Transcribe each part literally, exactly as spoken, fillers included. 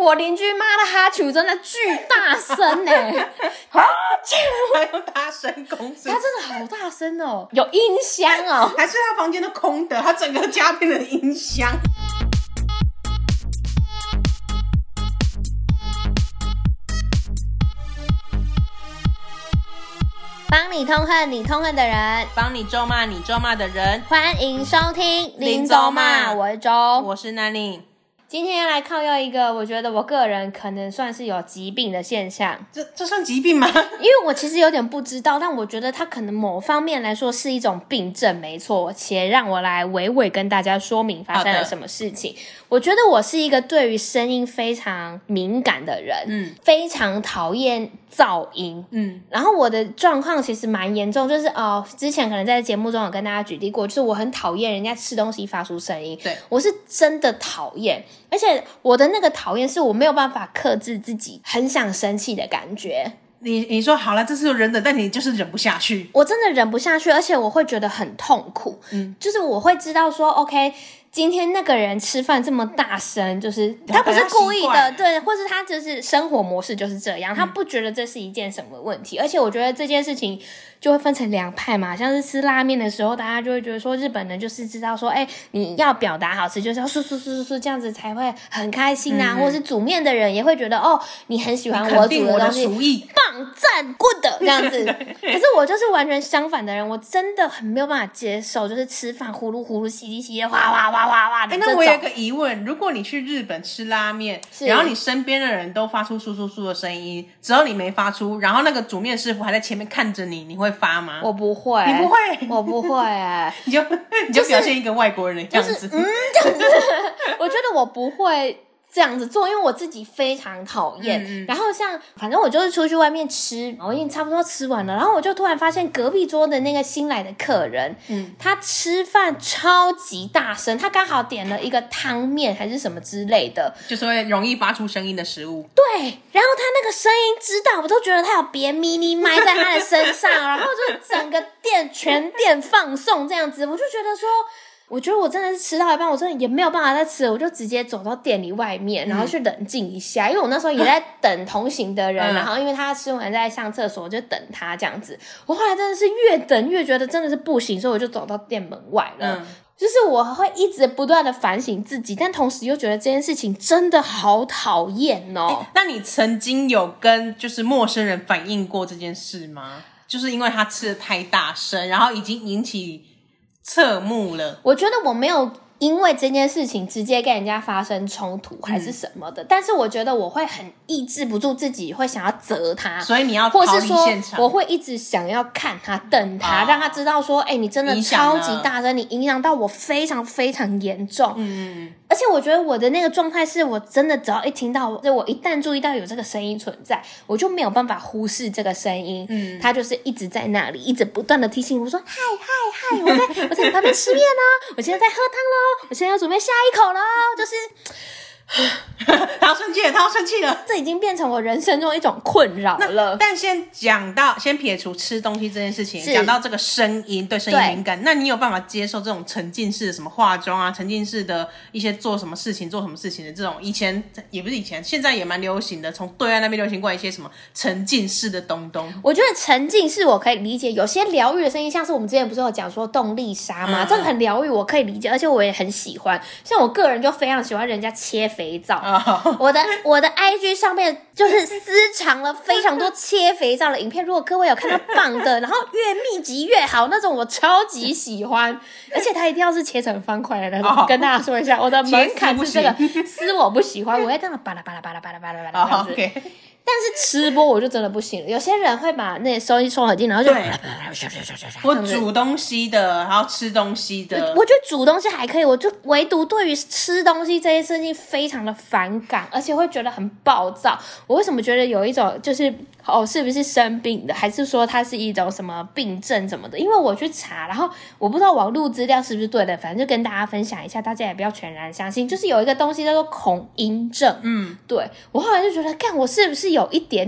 我邻居妈的哈啾真的巨大声呢、欸，哈啾， 还有大声公声， 他真的好大声哦，有音箱哦， 还是他房间都空的，他整个家变成音箱。 帮你痛恨你痛恨的人， 帮你咒骂你咒骂的人， 欢迎收听林州骂， 我是周， 我是南宁。 今天要来靠要一个我觉得我个人可能算是有疾病的现象， 这这算疾病吗？ 因为我其实有点不知道，但我觉得它可能某方面来说是一种病症没错，且让我来娓娓跟大家说明发生了什么事情。我觉得我是一个对于声音非常敏感的人，嗯，非常讨厌噪音，嗯，然后我的状况其实蛮严重，就是哦，之前可能在节目中有跟大家举例过，就是我很讨厌人家吃东西发出声音， 对， 我是真的讨厌，而且我的那个讨厌是我没有办法克制自己很想生气的感觉。 你你说好了，这是忍的，但你就是忍不下去。 我真的忍不下去，而且我会觉得很痛苦，嗯，就是我会知道说 OK，今天那个人吃饭这么大声，就是他不是故意的，对，或是他就是生活模式就是这样，他不觉得这是一件什么问题，嗯，而且我觉得这件事情就会分成两派嘛，像是吃拉面的时候，大家就会觉得说日本人就是知道说，哎，你要表达好吃，就是要说说说说这样子才会很开心啊，嗯，或是煮面的人也会觉得哦，你很喜欢我煮的东西， 厨艺棒赞 good 这样子。可是我就是完全相反的人，我真的很没有办法接受，就是吃饭呼噜呼噜稀里稀里哗哗哗哗哗的这种。 欸，那我有一个疑问，如果你去日本吃拉面，然后你身边的人都发出簌簌簌的声音，只有你没发出，然后那个煮面师傅还在前面看着你，你会发吗？ 我不会， 你不会， 我不会哎， 你就你就表现一个外国人的样子， 就是嗯，这样子，我觉得我不会这样子做，因为我自己非常讨厌。嗯嗯，然后像反正我就是出去外面吃，我已经差不多吃完了，然后我就突然发现隔壁桌的那个新来的客人，嗯，他吃饭超级大声，他刚好点了一个汤面还是什么之类的， 就是会容易发出声音的食物。 对，然后他那个声音知道，我都觉得他有别 mini 麦在他的身上，然后就整个店全店放送这样子，我就觉得说。我觉得我真的是吃到一半，我真的也没有办法再吃了，我就直接走到店里外面，然后去冷静一下，嗯，因为我那时候也在等同行的人，嗯，然后因为他吃完在上厕所，我就等他这样子。我后来真的是越等越觉得真的是不行，所以我就走到店门外了。嗯，就是我会一直不断的反省自己，但同时又觉得这件事情真的好讨厌哦。 欸，那你曾经有跟就是陌生人反映过这件事吗？就是因为他吃的太大声，然后已经引起侧目了。 我觉得我没有因为这件事情直接跟人家发生冲突还是什么的，嗯，但是我觉得我会很抑制不住自己会想要责他， 所以你要逃离现场， 或是说我会一直想要看他瞪他，哦，让他知道说哎，欸，你真的超级大声，你影响到我非常非常严重。嗯，而且我觉得我的那个状态是我真的只要一听到，就我一旦注意到有这个声音存在，我就没有办法忽视这个声音。嗯，他就是一直在那里，一直不断的提醒我说嗨嗨嗨，我在我在你旁边吃面哦，我现在在喝汤咯，我现在要准备下一口咯，就是他要生气了，他要生气了， 这已经变成我人生中一种困扰了。 但先讲到，先撇除吃东西这件事情，讲到这个声音，对声音敏感，那你有办法接受这种沉浸式的什么化妆啊，沉浸式的一些做什么事情做什么事情的这种，以前也不是以前，现在也蛮流行的，从对岸那边流行过来一些什么沉浸式的东东。 我觉得沉浸式我可以理解，有些疗愈的声音，像是我们之前不是有讲说动力沙吗？嗯，这个很疗愈，我可以理解，而且我也很喜欢。像我个人就非常喜欢人家切肥皂。Oh. 我的我的 I G 上面就是私藏了非常多切肥皂的影片，如果各位有看到棒的，然后越密集越好那种，我超级喜欢，而且它一定要是切成方块的那种。Oh. 跟大家说一下，我的门槛是这个丝我不喜欢，我会这样巴拉巴拉巴拉巴拉巴拉巴拉这样子。Oh, okay. 但是吃播我就真的不行了，有些人会把那收音收很近，然后就我煮东西的，然后吃东西的， 我觉得煮东西还可以，我就唯独对于吃东西这件事情非常的反感，而且会觉得很暴躁。我为什么觉得有一种就是哦是不是生病的，还是说它是一种什么病症什么的？因为我去查，然后我不知道网络资料是不是对的，反正就跟大家分享一下，大家也不要全然相信。就是有一个东西叫做恐音症，嗯，对，我后来就觉得干我是不是有一点，但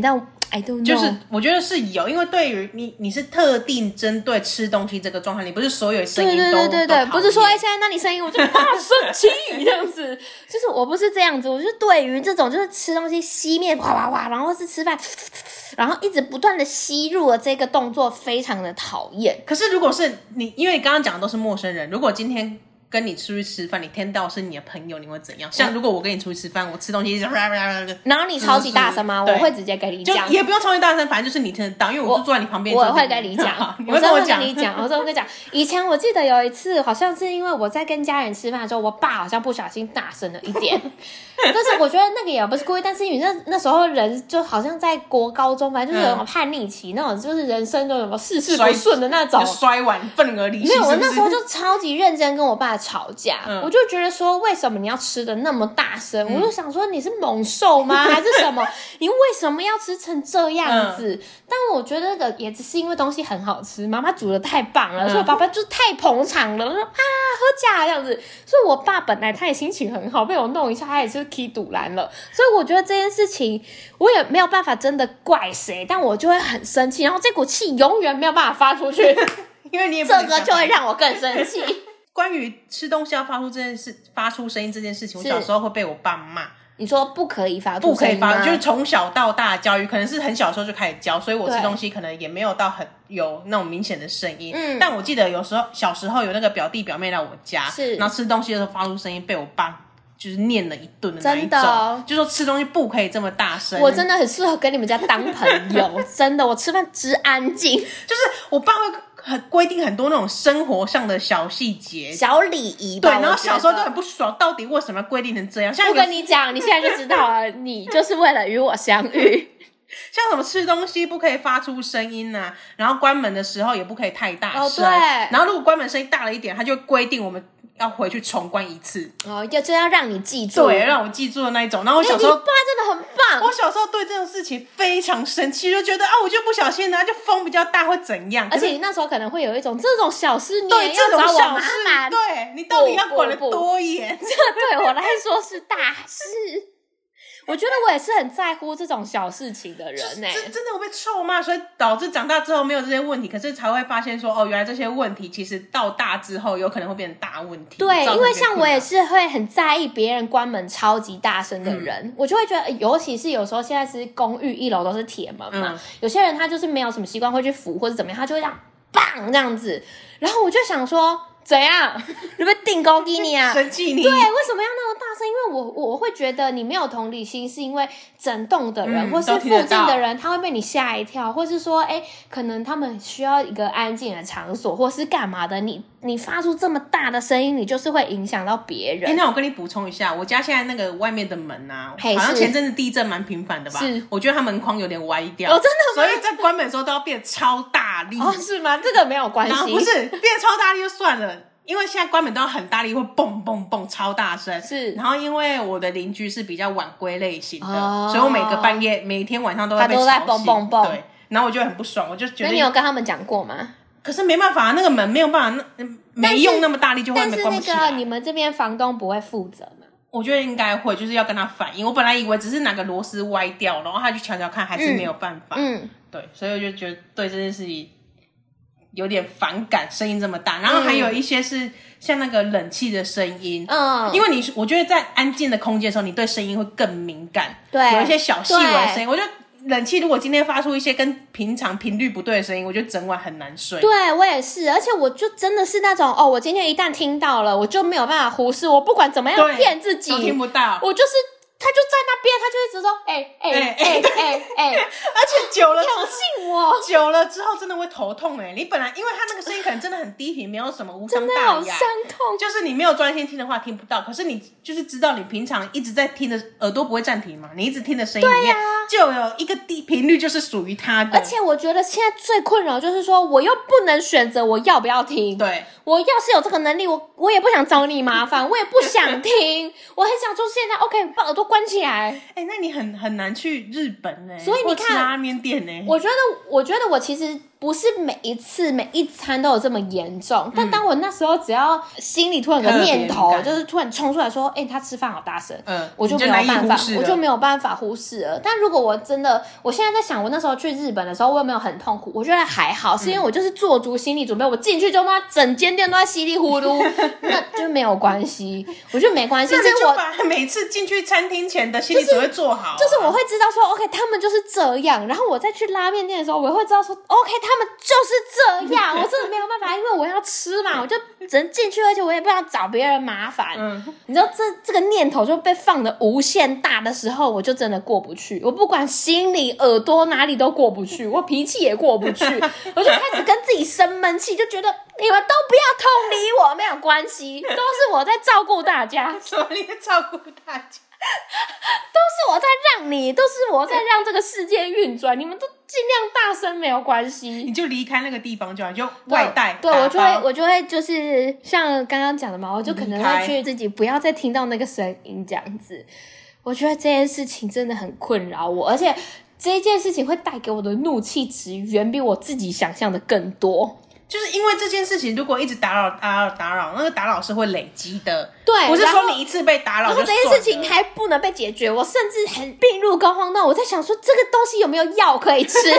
I don't know， 就是我觉得是有，因为对于你你是特定针对吃东西这个状态，你不是所有声音都对对对对对，不是说哎、欸、现在那你声音我就啊生气这样子，就是我不是这样子，我就对于这种就是吃东西吸面哗哗哗，然后是吃饭然后一直不断的吸入的这个动作非常的讨厌。 可是如果是你，因为你刚刚讲的都是陌生人，如果今天跟你出去吃饭，你听到是你的朋友，你会怎样？像如果我跟你出去吃饭，我吃东西一直然后你超级大声吗？我会直接跟你讲， 就也不用超级大声，反正就是你听得到，因为我就坐在你旁边。 我会跟你讲， 你会跟我讲， 我会跟你讲，我会跟你讲。以前我记得有一次，好像是因为我在跟家人吃饭的时候，我爸好像不小心大声了一点。但是我觉得那个也不是故意，但是因为那那时候人就好像在国高中，反正就是有种叛逆期，嗯、那种就是人生就什么事事不顺的那种， 摔碗愤而离席。 没有，我那时候就超级认真跟我爸吵架，嗯、我就觉得说为什么你要吃的那么大声？嗯、我就想说你是猛兽吗？还是什么？你为什么要吃成这样子？嗯、但我觉得那个也只是因为东西很好吃，妈妈煮的太棒了，嗯、所以我爸爸就太捧场了，我说啊喝假这样子。所以我爸本来他也心情很好，被我弄一下，他也是起赌烂了。所以我觉得这件事情我也没有办法真的怪谁，但我就会很生气，然后这股气永远没有办法发出去， 因为你也不这个就会让我更生气。 关于吃东西要发出这件事，发出声音这件事情，我小时候会被我爸骂。 你说不可以发出声音吗？ 不可以发，就是从小到大的教育，可能是很小的时候就开始教，所以我吃东西可能也没有到很有那种明显的声音。嗯，但我记得有时候小时候有那个表弟表妹来我家，是，然后吃东西的时候发出声音，被我爸就是念了一顿的那一种，真的，就说吃东西不可以这么大声。 我真的很适合跟你们家当朋友，真的，我吃饭只安静。 就是我爸会很规定很多那种生活上的小细节、 小礼仪吧。 对，然后小时候就很不爽，到底为什么要规定成这样？像我跟你讲，你现在就知道了，你就是为了与我相遇。 像什么吃东西不可以发出声音啊，然后关门的时候也不可以太大声。哦，对。然后如果关门声音大了一点，他就规定我们要回去重关一次。 哦，就这样让你记住。 对，让我记住的那一种。然后我小时候， 欸、你爸真的很棒。 我小时候对这种事情非常生气，就觉得啊，我就不小心呢，就风比较大会怎样？ 而且你那时候可能会有一种这种小事，你对也要找我麻烦， 烦。 对，你到底要管得多严？ 这对我来说是大事。我觉得我也是很在乎这种小事情的人欸， 真真的我被臭骂，所以导致长大之后没有这些问题，可是才会发现说，哦，原来这些问题其实到大之后有可能会变成大问题。 对，因为像我也是会很在意别人关门超级大声的人，嗯、我就会觉得，尤其是有时候现在是公寓一楼都是铁门嘛，嗯、有些人他就是没有什么习惯会去扶或者怎么样，他就会这样砰这样子，然后我就想说。怎样？你被定高给你啊？ 生气你？ 对，为什么要那么大声？因为我我会觉得你没有同理心，是因为整栋的人、嗯、或是附近的人，他会被你吓一跳，或是说，哎，可能他们需要一个安静的场所，或是干嘛的？你你发出这么大的声音，你就是会影响到别人。 哎，那我跟你补充一下，我家现在那个外面的门啊，好像前阵子地震蛮频繁的吧？是，我觉得它门框有点歪掉。 哦，真的吗？ 所以在关门的时候都要变超大力。 哦，是吗？这个没有关系。 不是，变超大力就算了。因为现在关门都要很大力，会蹦蹦蹦超大声。是，然后因为我的邻居是比较晚归类型的，哦、所以我每个半夜、每天晚上都会被吵醒。他都在蹦蹦蹦。对，然后我就很不爽，我就觉得。 那你有跟他们讲过吗？ 可是没办法，那个门没有办法，那没用那么大力就会没关不起来。 但是那个你们这边房东不会负责吗？ 我觉得应该会，就是要跟他反映。我本来以为只是哪个螺丝歪掉，然后他去瞧瞧看，还是没有办法。嗯，对，所以我就觉得对这件事情。有点反感，声音这么大，然后还有一些是像那个冷气的声音，嗯，因为你我觉得在安静的空间的时候，你对声音会更敏感，对，有一些小细微的声音，我觉得冷气如果今天发出一些跟平常频率不对的声音，我觉得整晚很难睡。 对，我也是，而且我就真的是那种哦，我今天一旦听到了，我就没有办法忽视，我不管怎么样骗自己， 都听不到， 我就是。他就在那边，他就一直说，哎哎哎哎哎， 而且久了挑衅我， 久了之后真的会头痛哎、欸。你本来因为他那个声音可能真的很低频，没有什么无伤大雅， 真的好伤痛。 就是你没有专心听的话听不到，可是你就是知道你平常一直在听的耳朵不会暂停嘛，你一直听的声音里面、啊、就有一个低频率就是属于他的。 而且我觉得现在最困扰就是说，我又不能选择我要不要听。 对， 我要是有这个能力，我我也不想找你麻烦，我也不想听，我很想说现在 OK， 把耳朵关起来。 哎、欸，那你很很难去日本呢、欸， 所以你看拉面店呢、欸。 我觉得，我觉得我其实不是每一次每一餐都有这么严重，嗯、但当我那时候只要心里突然有个念头，就是突然冲出来说：“哎、欸，他吃饭好大声。”嗯，我就没有办法，我就没有办法忽视了。但如果我真的，我现在在想，我那时候去日本的时候，我有没有很痛苦？我觉得还好，是因为我就是做足心理准备，我进去就妈整间店都在稀里糊涂，那就没有关系，我觉得没关系。 那你就把每次进去餐厅前的心理准备做好、啊就是，就是我会知道说 ，OK， 他们就是这样。然后我再去拉面店的时候，我会知道说 ，OK， 他们就是这样。我真的没有办法，因为我要吃嘛，我就只能进去，而且我也不想找别人麻烦。嗯，你知道这这个念头就被放得无限大的时候，我就真的过不去。我不管心里、耳朵哪里都过不去，我脾气也过不去，我就开始跟自己生闷气，就觉得你们都不要同理我，没有关系，都是我在照顾大家。 什么你在照顾大家？ 都是我在让你，都是我在让这个世界运转，你们都尽量大声没有关系， 你就离开那个地方就好，就外带。 对，对我就会我就会就是像刚刚讲的嘛，我就可能会去自己不要再听到那个声音这样子。我觉得这件事情真的很困扰我，而且这件事情会带给我的怒气值远比我自己想象的更多。 就是因为这件事情，如果一直打扰、打扰、打扰，那个打扰是会累积的。 对， 不是说你一次被打扰就算了。然后这件事情还不能被解决，我甚至很病入膏肓到我在想说，这个东西有没有药可以吃？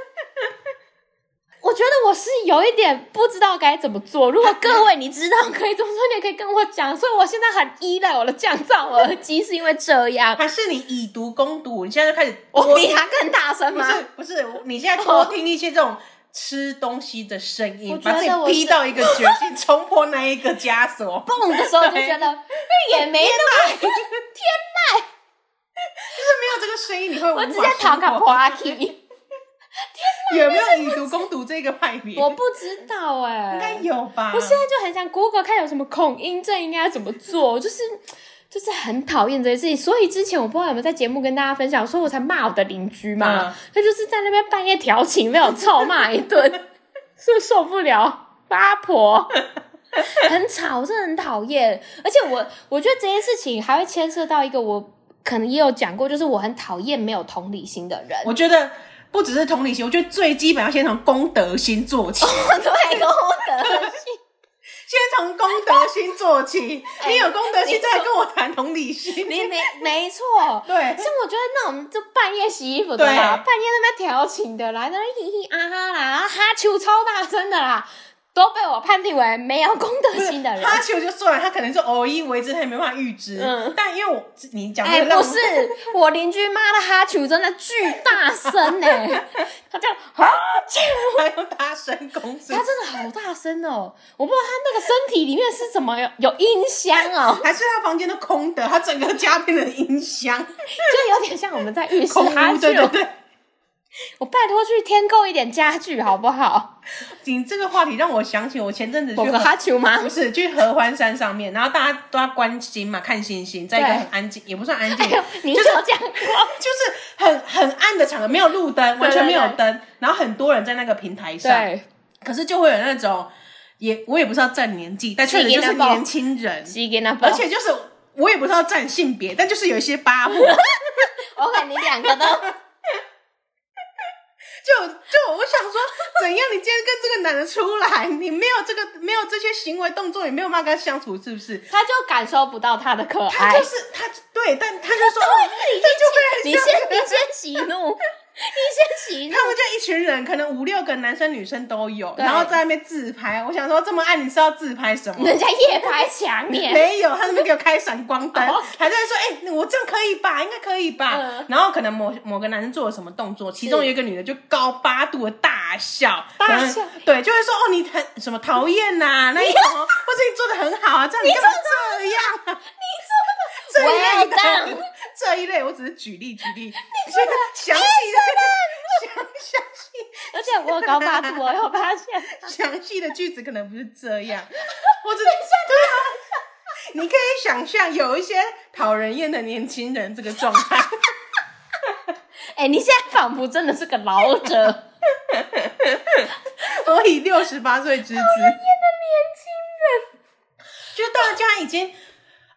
我觉得我是有一点不知道该怎么做。如果各位你知道可以怎么做，你也可以跟我讲。所以我现在很依赖我的降噪耳机，是因为这样。 还是你以毒攻毒？你现在就开始我比他更大声吗？ 不是，不是，你现在多听一些这种。吃东西的声音，把自己逼到一个绝境，冲破那一个枷锁。 蹦的时候就觉得也没那么天籁， 就是没有这个声音，你会无法我直接逃卡破阿 K。天哪，有没有以毒攻毒这个派别？ 我不知道哎、欸， 应该有吧。 我现在就很想 Google 看有什么恐音症应该怎么做，就是。就是很讨厌这些事情，所以之前我不知道有没有在节目跟大家分享，所以我才骂我的邻居嘛。嗯、他就是在那边半夜调情，被我臭骂一顿，是不是受不了？八婆很吵，真的很讨厌。而且我我觉得这件事情还会牵涉到一个，我可能也有讲过，就是我很讨厌没有同理心的人。 我觉得不只是同理心，我觉得最基本要先从公德心做起。 哦、对，公德心。 先从公德心做起，欸、你有公德心再跟我谈同理心。 你没没错， 对。 像我觉得那种就半夜洗衣服的啦，半夜那边调情的啦，在那嘻嘻啊哈啦，然后哈啾超大声的啦，都被我判定为没有公德心的人。 哈啾就算了，他可能是偶一为之，他也没办法预知。嗯，但因为我你讲哎、欸，不是我邻居妈的哈啾真的巨大声哎、欸，他这样哈啾， 他用大声公声， 他真的好大声哦！我不知道他那个身体里面是怎么有有音箱哦， 还是他房间都空的，他整个家变成音箱， 就有点像我们在浴室哈啾。 对对对。 我拜托去添购一点家具好不好？ 你这个话题让我想起我前阵子去我哈啾吗？ 不是，去合欢山上面，然后大家都要观星嘛，看星星，在一个很安静，也不算安静， 哎、你有讲过， 就是很很暗的场合，没有路灯，完全没有灯，对对对，然后很多人在那个平台上，对，可是就会有那种，也我也不知道占年纪，但确实就是年轻人，而且就是我也不知道占性别，但就是有一些八婆我看你两个都。 就就我想说，怎样？你今天跟这个男的出来，你没有这个没有这些行为动作，你没有办法跟他相处，是不是？ 他就感受不到他的可爱。 他就是他，对，但他就说， 对，他就会，你先你先息怒，你先息怒。 他们就一群人，可能五六个男生女生都有，然后在那边自拍。我想说，这么暗，你是要自拍什么？ 人家夜拍强烈， 没有，他那边给我开闪光灯，哦、还在说，哎、欸，我这样可以吧？应该可以吧？嗯、然后可能某某个男生做了什么动作，其中有一个女的就高八度的大笑， 大笑， 对，就会说，哦，你很什么讨厌呐那一种，或者你做的很好啊，这样你干嘛这样啊？ 你做的这一类的， 这一类，我只是举例举例， 你说的详细的，详详细， 而且我有高八度，我有发现， 详细的句子可能不是这样，我只是对啊，你可以想象有一些讨人厌的年轻人这个状态。 哎、欸，你现在仿佛真的是个老者。 我以六十八岁之姿，讨人厌的年轻人， 就大家已经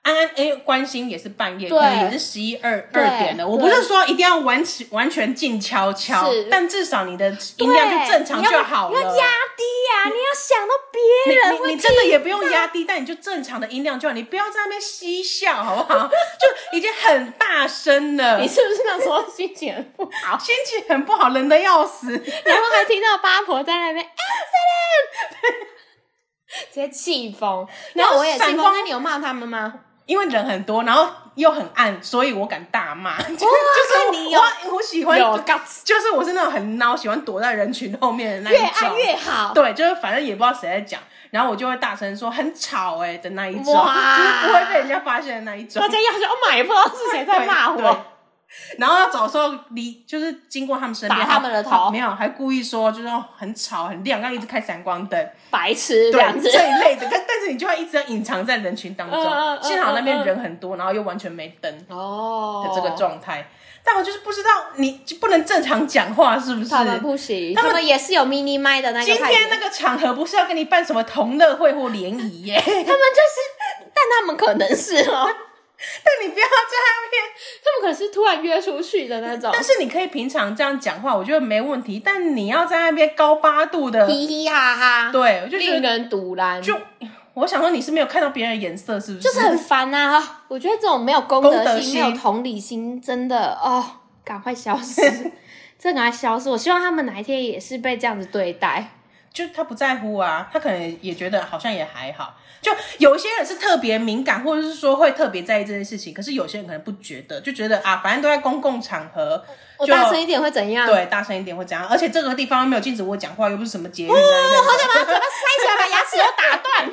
安安哎，关心也是半夜，可能也是十一二二点了。我不是说一定要完完全静悄悄，但至少你的音量就正常就好了。 你要压低啊！你要想到别人会你，你真的也不用压低，但你就正常的音量就好。你不要在那边嬉笑，好不好？就已经很大声了。 你是不是那时候心情很不好？ 心情很不好，冷得要死。 然后还听到八婆在那边 excellent， 直接气疯。然后我也气疯。那你有骂他们吗？ 因为人很多，然后又很暗，所以我敢大骂。就是我，我, 我喜欢，就是我是那种很孬，喜欢躲在人群后面的那一种。 越暗越好。 对，就是反正也不知道谁在讲，然后我就会大声说很吵哎、欸、的那一种，就是不会被人家发现的那一种。 大家要说 ，Oh my， 也不知道是谁在骂我。 然后要找时候离，就是经过他们身边， 打他们的头， 没有，还故意说就是很吵很亮，刚一直开闪光灯， 白痴这样子， 这一类的。但但是你就要一直要隐藏在人群当中，嗯、幸好那边人很多，然后又完全没灯哦的这个状态。但我就是不知道，你就不能正常讲话是不是？ 他们不行，他们, 他们也是有 mini 麦的那个。 今天那个场合不是要跟你办什么同乐会或联谊耶？他们就是，但他们可能是哦。 但你不要在那边， 他们可能是突然约出去的那种。 但是你可以平常这样讲话，我觉得没问题。但你要在那边高八度的嘻嘻哈哈， 对，我就令人堵拦。 就我想说，你是没有看到别人的颜色，是不是？ 就是很烦啊！我觉得这种没有公德心、德心没有同理心，真的哦，赶快消失，真的赶快消失！我希望他们哪一天也是被这样子对待。 就他不在乎啊，他可能也觉得好像也还好。就有一些人是特别敏感，或者是说会特别在意这件事情，可是有些人可能不觉得，就觉得啊，反正都在公共场合， 我大声一点会怎样？ 对，大声一点会怎样？而且这个地方没有禁止我讲话，又不是什么节日。哦， 好想把嘴巴塞起来，把牙齿都打断。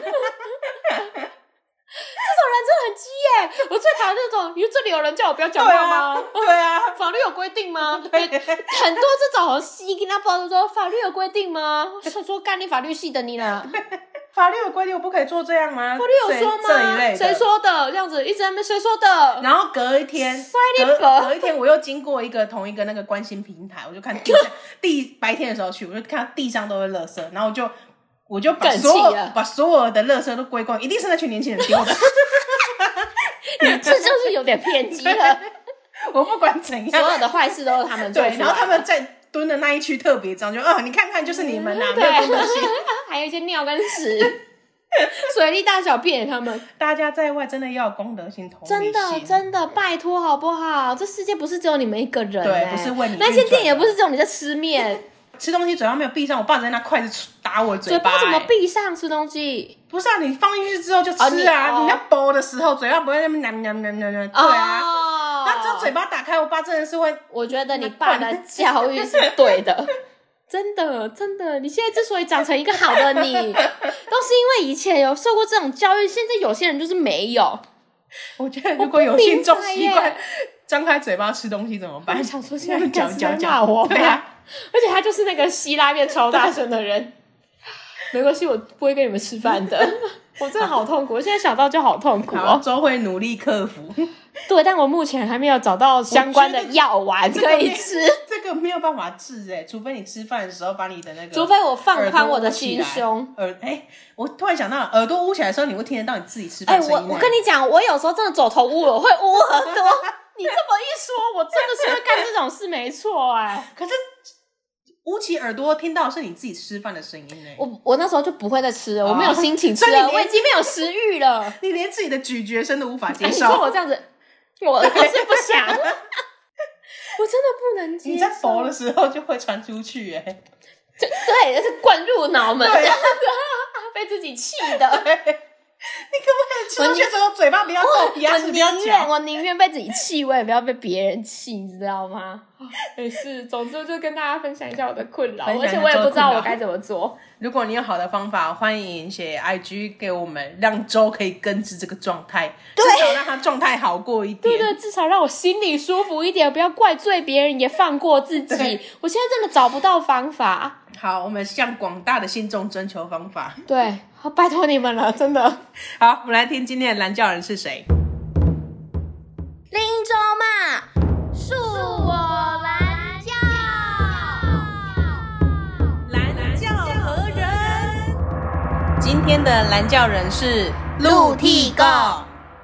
这种人真的很鸡耶！我最讨厌那种，因为这里有人叫我不要讲话吗？ 对啊， 法律有规定吗？很多这种西跟他报都说法律有规定吗？我想说干你法律系的你啦。 法律有规定我不可以做这样吗？ 法律有说吗？ 这一类的谁说的？这样子一直在那边谁说的？ 然后隔一天，隔隔一天我又经过一个同一个那个关心平台，我就看地上地白天的时候去，我就看到地上都是垃圾，然后我就我就把所有把所有的垃圾都归功，一定是那群年轻人丢的。 你这就是有点偏激了。 我不管怎样， 所有的坏事都是他们做出来的。 对，然后他们在蹲的那一区特别脏，就啊，你看看，就是你们呐、啊，没有公德心。 还有一些尿跟屎，水力大小便，他们大家在外真的要有公德心、同理心， 真的真的，拜托好不好？这世界不是只有你们一个人、 欸，对，不是为你。 那些店也不是只有你在吃面。 吃东西嘴巴没有闭上，我爸直接拿筷子打我的嘴巴、欸。 嘴巴怎么闭上吃东西？ 不是啊，你放进去之后就吃啊。哦、你, 哦、你要剥的时候，嘴巴不会那么娘娘娘娘娘。对啊。哦。那只要嘴巴打开，我爸真的是会。 我觉得你爸的教育是对的，真的真的。你现在之所以长成一个好的你，都是因为以前有受过这种教育，现在有些人就是没有。 我觉得如果有心中习惯张开嘴巴吃东西怎么办？ 我想说现在讲讲讲我，对啊。而且他就是那个吸拉面超大声的人。没关系，我不会跟你们吃饭的。我真的好痛苦，我现在想到就好痛苦哦。 周会努力克服。 对，但我目前还没有找到相关的药丸可以吃。 这个没有办法治哎，除非你吃饭的时候把你的那个， 除非我放宽我的心胸。 耳哎，我突然想到，耳朵捂起来的时候，你会听得到你自己吃饭的声音。 哎，我我跟你讲，我有时候真的走投无路，会捂耳朵。你这么一说，我真的是会干这种事，没错哎。 可是。捂起耳朵听到是你自己吃饭的声音呢。 我我那时候就不会再吃了，哦、我没有心情吃了，我已经没有食欲了。 你连自己的咀嚼声都无法接受。 你说我这样子，我我是不想，我真的不能接受。 你在薄的时候就会传出去哎， 对，是灌入脑门，被自己气的。 你可不可以吃东西的时候嘴巴不要动，牙齿不要嚼？ 我宁愿被自己气，我也不要被别人气，你知道吗？没事，总之就跟大家分享一下我的困扰，而且我也不知道我该怎么做。 如果你有好的方法，欢迎写 I G 给我们，让周可以根治这个状态，至少让他状态好过一点。 对对，至少让我心里舒服一点，不要怪罪别人，也放过自己。我现在真的找不到方法。 好，我们向广大的信众征求方法。 对，好，拜托你们了，真的。 好，我们来听今天的蓝教人是谁。 林州嘛，恕我蓝教。 蓝教何人？今天的蓝教人是陆剃垢。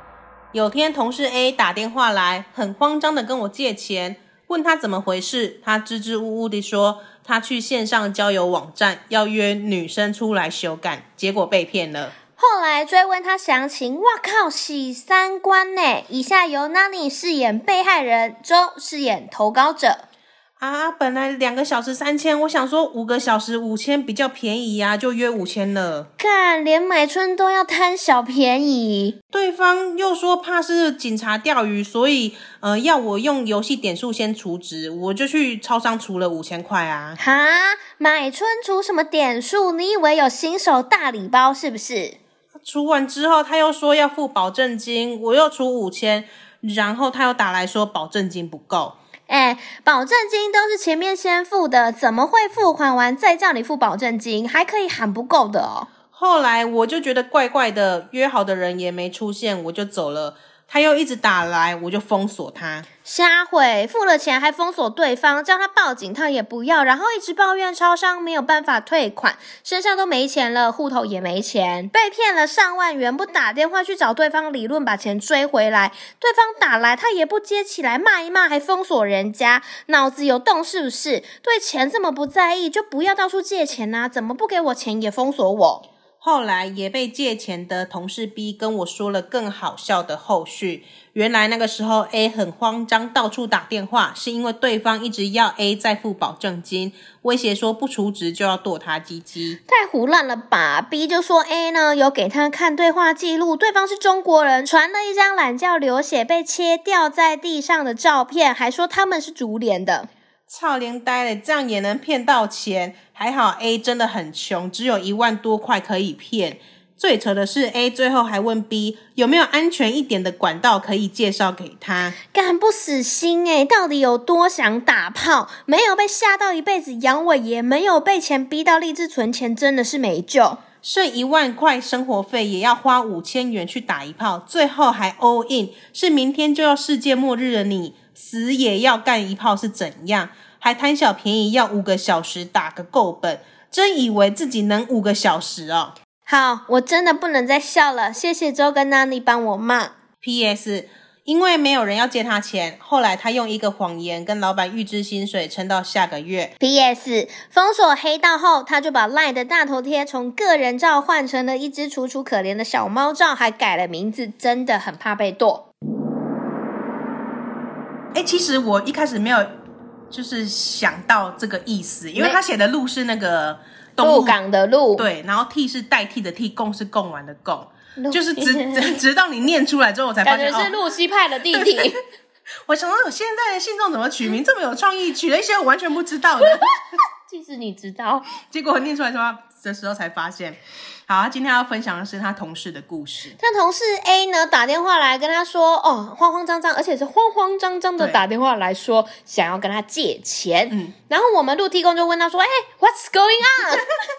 有天同事 A 打电话来，很慌张的跟我借钱，问他怎么回事，他支支吾吾地说他去线上交友网站要约女生出来修改，结果被骗了。 后来追问他详情，哇靠，洗三观呢！以下由 Nani 饰演被害人，周饰演投稿者。 啊，本来两个小时三千，我想说五个小时五千比较便宜啊，就约五千了。 干，连买春都要贪小便宜。 对方又说怕是警察钓鱼，所以呃要我用游戏点数先储值，我就去超商储了五千块啊。 哈，买春储什么点数？你以为有新手大礼包是不是？ 储完之后他又说要付保证金，我又储五千，然后他又打来说保证金不够。 哎，保证金都是前面先付的，怎么会付款完再叫你付保证金？还可以喊不够的哦。 后来我就觉得怪怪的，约好的人也没出现，我就走了。他又一直打来，我就封锁他。 瞎毁，付了钱还封锁对方，叫他报警他也不要，然后一直抱怨超商没有办法退款，身上都没钱了，户头也没钱，被骗了上万元，不打电话去找对方理论把钱追回来，对方打来他也不接起来，骂一骂还封锁人家，脑子有洞是不是？对钱这么不在意，就不要到处借钱啊，怎么不给我钱也封锁我？ 后来也被借钱的同事 B 跟我说了更好笑的后续，原来那个时候 A 很慌张，到处打电话，是因为对方一直要 A 再付保证金，威胁说不出值就要剁他鸡鸡。 太胡乱了吧。 B 就说 A 呢有给他看对话记录，对方是中国人，传了一张懒觉流血被切掉在地上的照片，还说他们是竹联的。 操连呆了，这样也能骗到钱？还好 A 真的很穷，只有一万多块可以骗。最扯的是 A 最后还问 B 有没有安全一点的管道可以介绍给他。 干不死心欸，到底有多想打炮？没有被吓到一辈子阳痿，也没有被钱逼到立志存钱，真的是没救。 剩一万块生活费也要花五千元去打一炮，最后还 all in， 是明天就要世界末日了，你死也要干一炮是怎样？还贪小便宜要五个小时打个够本，真以为自己能五个小时哦。 好，我真的不能再笑了，谢谢周跟 Nani 帮我骂。 P S 因为没有人要借他钱，后来他用一个谎言跟老板预支薪水撑到下个月。 P S 封锁黑道后，他就把 LINE 的大头贴从个人照换成了一只楚楚可怜的小猫照，还改了名字，真的很怕被剁。 欸，其实我一开始没有就是想到这个意思，因为他写的鹿是那个鹿港的鹿， 对，然后替是代替的替，贡是贡丸的贡，就是直直直到你念出来之后，我才发现感觉是露西派的弟弟。 哦、我想说，现在的信众怎么取名这么有创意，取了一些我完全不知道的。 其实你知道， 结果念出来的时候才发现。好，他今天要分享的是他同事的故事。 他同事 A 呢打电话来跟他说，哦，慌慌张张，而且是慌慌张张的打电话来说想要跟他借钱。嗯，然后我们陆地公就问他说，哎、欸、，What's going on？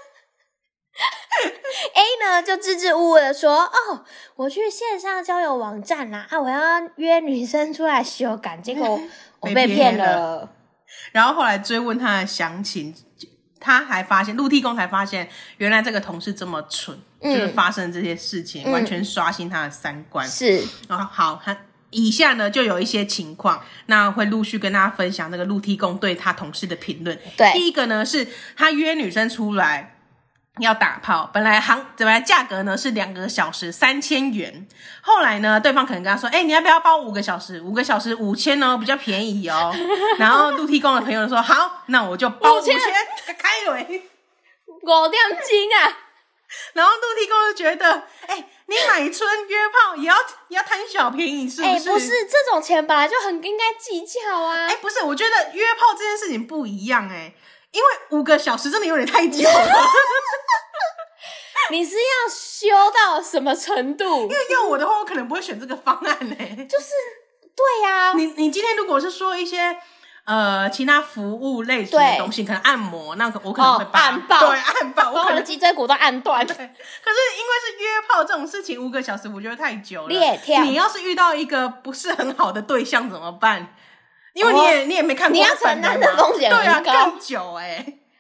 A 呢就支支吾吾的说，哦，我去线上交友网站啦，啊，我要约女生出来修改，结果我被骗了。 然后后来追问他的详情，他还发现陆地公才发现，原来这个同事这么蠢，嗯、就是发生这些事情，嗯、完全刷新他的三观。 是， 然后好，他以下呢就有一些情况，那会陆续跟大家分享那个陆地公对他同事的评论。 对， 第一个呢是他约女生出来要打炮，本来行本来价格呢是两个小时三千元，后来呢对方可能跟他说，哎、欸，你要不要包五个小时？五个小时五千哦，比较便宜哦。然后陆地公的朋友说，好，那我就包五千，开了， 五点金啊。 然后陆地公就觉得，哎、欸，你买春约炮也要也要贪小便宜，是不是？哎、 欸，不是，这种钱本来就很应该计较啊。 哎、欸，不是，我觉得约炮这件事情不一样哎、欸。因为五个小时真的有点太久了。 你是要修到什么程度？ 因为要我的话，我可能不会选这个方案呢、欸。 就是对呀、啊， 你你今天如果是说一些呃其他服务类型的东西，可能按摩，那我可能会把、 哦、按爆， 对，按爆， 我可能脊椎骨都按断。 可是因为是约炮这种事情，五个小时我觉得太久了。 裂跳。 你要是遇到一个不是很好的对象怎么办？因为你也、哦、你也没看过， 你要承担的风险很高， 对啊，更久哎、欸。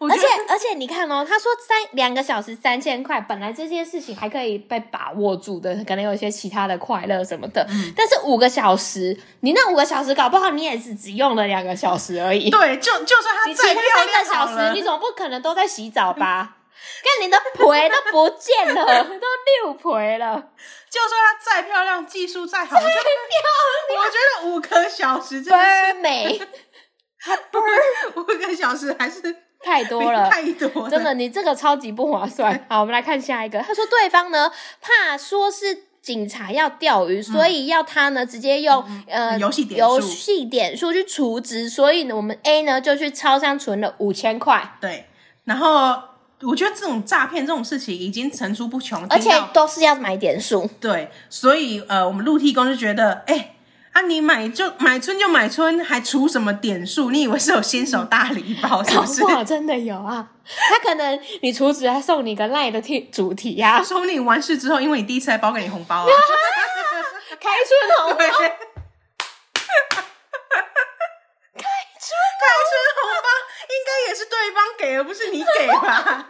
而且而且你看哦，他说三两个小时三千块，本来这件事情还可以被把握住的，可能有一些其他的快乐什么的。嗯、但是五个小时，你那五个小时搞不好你也是只用了两个小时而已。 对，就就算他再漂亮你其他三个小时，你总不可能都在洗澡吧？看你的腿都不见了，都六腿了。 就算她再漂亮，技术再好，再漂亮，我觉得五个小时真的是倍美， 五个小时还是太多了， 太多了， 真的，你这个超级不划算。好，我们来看下一个。他说对方呢怕说是警察要钓鱼，嗯、所以要他呢直接用、嗯、呃游戏点数游戏点数去储值，所以呢我们 A 呢就去超商存了五千块。 对，然后。我觉得这种诈骗这种事情已经层出不穷， 而且都是要买点数。 对，所以呃，我们陆地公就觉得，哎、欸，啊，你买就买春就买春，还出什么点数？你以为是有新手大礼包是不是？ 搞不好真的有啊！他可能你储值还送你个赖的题主题啊， 说不定你完事之后，因为你第一次还包给你红包啊， 开春红包。 开春红包应该也是对方给，而不是你给吧？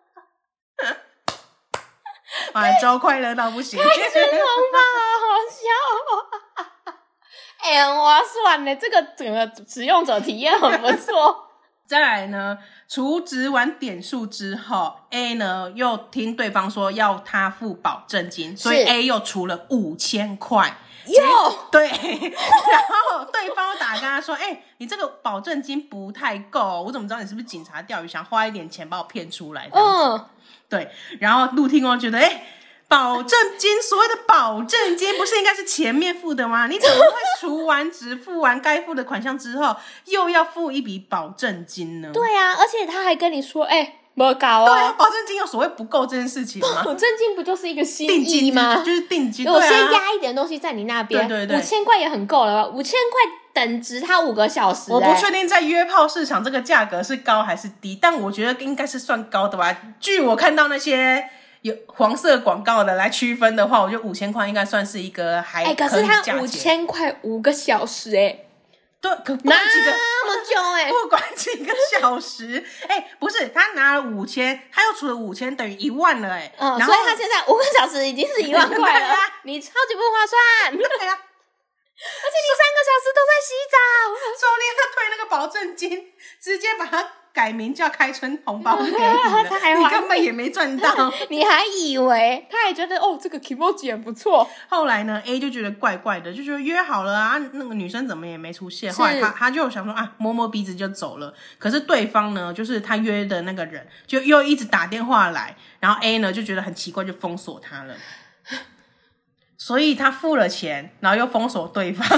哇，周快乐到不行！ 开春红包好好笑哦！哎、欸，很划算呢，这个整个使用者体验很不错。 再来呢，储值完点数之后 ，A 呢又听对方说要他付保证金，所以 A 又储了五千块。 哟， 对，然后对方打跟他说：“哎、欸，你这个保证金不太够，我怎么知道你是不是警察钓鱼，想花一点钱把我骗出来？”嗯，对。然后陆听公觉得：“哎、欸，保证金，所谓的保证金不是应该是前面付的吗？你怎么会除完值、付完该付的款项之后，又要付一笔保证金呢？” 对啊，而且他还跟你说：“哎、欸。”没搞哦， 对啊，保证金有所谓不够这件事情吗？ 保证金不就是一个心意吗？ 就是定金， 我先压一点东西在你那边， 对对对， 五千块也很够了吧？五千块等值他五个小时、欸， 我不确定在约炮市场这个价格是高还是低，但我觉得应该是算高的吧。据我看到那些有黄色广告的来区分的话，我觉得五千块应该算是一个还可以价钱。哎、欸，可是他五千块五个小时、欸，哎。 对，可不管几个那么久哎、欸， 不管几个小时，哎、欸，不是他拿了五千，他又除了五千，等于一万了哎、欸。 嗯，所以他现在五个小时已经是一万块了，啊、你超级不划算。 对啊， 而且你三个小时都在洗澡， 说不定他退那个保证金，直接把它改名叫开春红包给你了， 他还你根本也没赚到， 你还以为他还觉得哦这个 kimochi 很不错。 后来呢 A 就觉得怪怪的，就觉得约好了啊，那个女生怎么也没出现。后来他他就想说啊，摸摸鼻子就走了。可是对方呢，就是他约的那个人，就又一直打电话来，然后 A 呢就觉得很奇怪，就封锁他了。所以他付了钱，然后又封锁对方。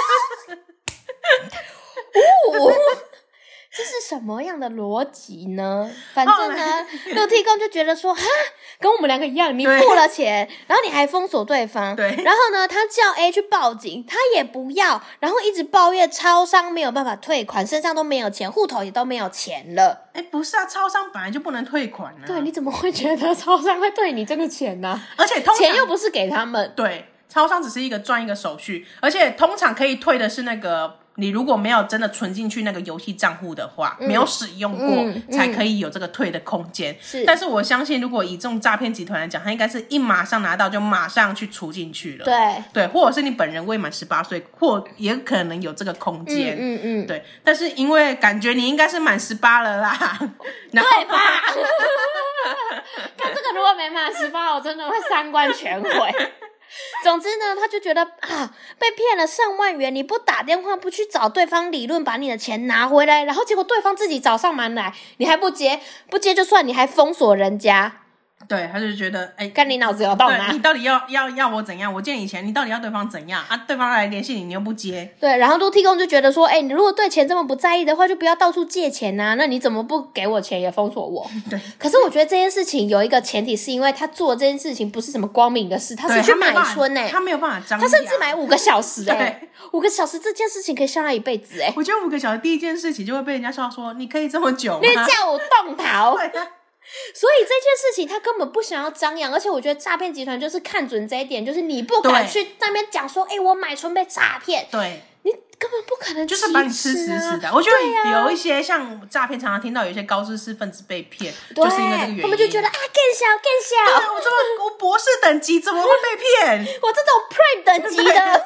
哦，这是什么样的逻辑呢？反正呢，陆地公就觉得说，哈，跟我们两个一样，你付了钱，然后你还封锁对方， 对， 然后呢，他叫 A 去报警，他也不要，然后一直抱怨超商没有办法退款，身上都没有钱，户头也都没有钱了。 哎，不是啊，超商本来就不能退款啊。 对，你怎么会觉得超商会退你这个钱呢？ 而且通常钱又不是给他们， 对，超商只是一个赚一个手续，而且通常可以退的是那个。你如果没有真的存进去那个游戏账户的话、嗯、没有使用过、嗯嗯、才可以有这个退的空间。是，但是我相信如果以这种诈骗集团来讲，他应该是一马上拿到就马上去储进去了。 对对，或者是你本人未满十八岁，或也可能有这个空间。嗯嗯嗯，对。但是因为感觉你应该是满十八了啦，然后对吧？看这个如果没满十八，我真的会三观全毁。总之呢，他就觉得啊，被骗了上万元，你不打电话，不去找对方理论，把你的钱拿回来，然后结果对方自己找上门来，你还不接，不接就算，你还封锁人家。 对，他就觉得哎， 干你脑子有洞啊！ 你到底要要要我怎样？我借你钱，你到底要对方怎样啊？对方来联系你，你又不接。 对，然后陆地公就觉得说，哎，你如果对钱这么不在意的话，就不要到处借钱啊。那你怎么不给我钱也封锁我？ 对。 可是我觉得这件事情有一个前提，是因为他做这件事情不是什么光明的事，他是去买春哎、欸， 他没有办法张扬， 他甚至买五个小时哎、欸，五个小时这件事情可以笑他一辈子哎、欸。 我觉得五个小时第一件事情就会被人家笑说，你可以这么久吗？ 你叫我动逃。对啊。所以这件事情他根本不想要张扬，而且我觉得诈骗集团就是看准这一点，就是你不敢去那边讲说，哎、欸，我买春被诈骗， 对， 你根本不可能、啊， 就是把你吃死死的。我觉得有一些像诈骗，常常听到有一些高知识分子被骗，就是因为这个原因。 他们就觉得啊，更小更小， 对，我这么我博士等级怎么会被骗？ 我这种 Prime 等级的。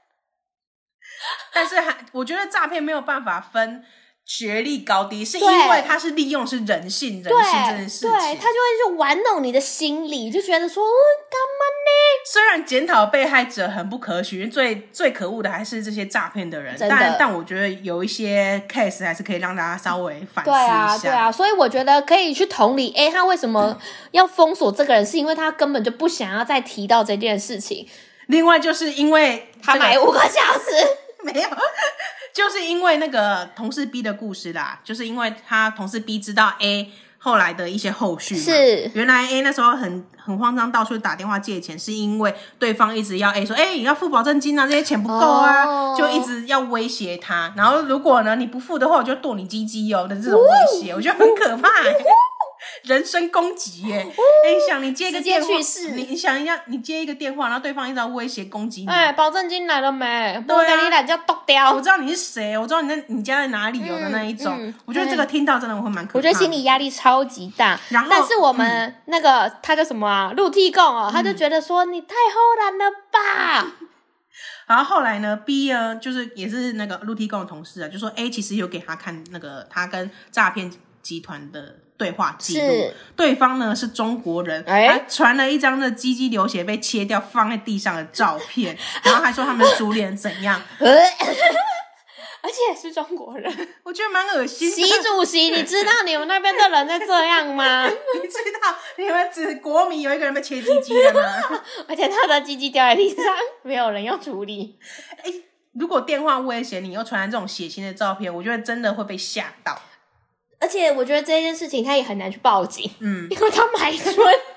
但是还我觉得诈骗没有办法分学历高低，是因为他是利用是人性人性这件事情， 对，他就会去玩弄你的心理，就觉得说，嗯，干嘛呢？ 虽然检讨被害者很不可取，最最可恶的还是这些诈骗的人，但但我觉得有一些 case 还是可以让大家稍微反思一下。对啊，对啊，所以我觉得可以去同理，哎，他为什么要封锁这个人？是因为他根本就不想要再提到这件事情。 另外就是因为、 这个、他买五个小时。 没有，就是因为那个同事 B 的故事啦，就是因为他同事 B 知道 A 后来的一些后续嘛， 是原来 A 那时候很很慌张，到处打电话借钱，是因为对方一直要 A 说，哎、欸，你要付保证金啊，这些钱不够啊，哦、就一直要威胁他，然后如果呢你不付的话，我就剁你鸡鸡哦的这种威胁，我觉得很可怕、欸。人身攻击耶！哎、欸，你想你接一个电话，你你想一下，你接一个电话，然后对方一直要威胁攻击你， 哎、欸，保证金来了没？对啊，你懒觉剁掉。 我知道你是谁，我知道你在你家在哪里有的那一种、嗯嗯。我觉得这个听到真的会蛮可怕的。 我觉得心理压力超级大。然后，但是我们那个、嗯、他叫什么啊？陆地共哦，他就觉得说、嗯、你太齁懒了吧。 然后后来呢 ，B 呢，就是也是那个陆地共的同事啊，就说 A 其实有给他看那个他跟诈骗集团的对话记录，对方呢是中国人，欸、还传了一张的鸡鸡流血被切掉放在地上的照片，然后还说他们初恋怎样， 而且是中国人， 我觉得蛮恶心的。 习主席，你知道你们那边的人在这样吗？ 你知道你们指国民有一个人被切鸡鸡了吗？ 而且他的鸡鸡掉在地上，没有人要处理。 哎、欸，如果电话威胁你又传来这种血腥的照片，我觉得真的会被吓到。 而且我觉得这件事情他也很难去报警，嗯，因为他买春。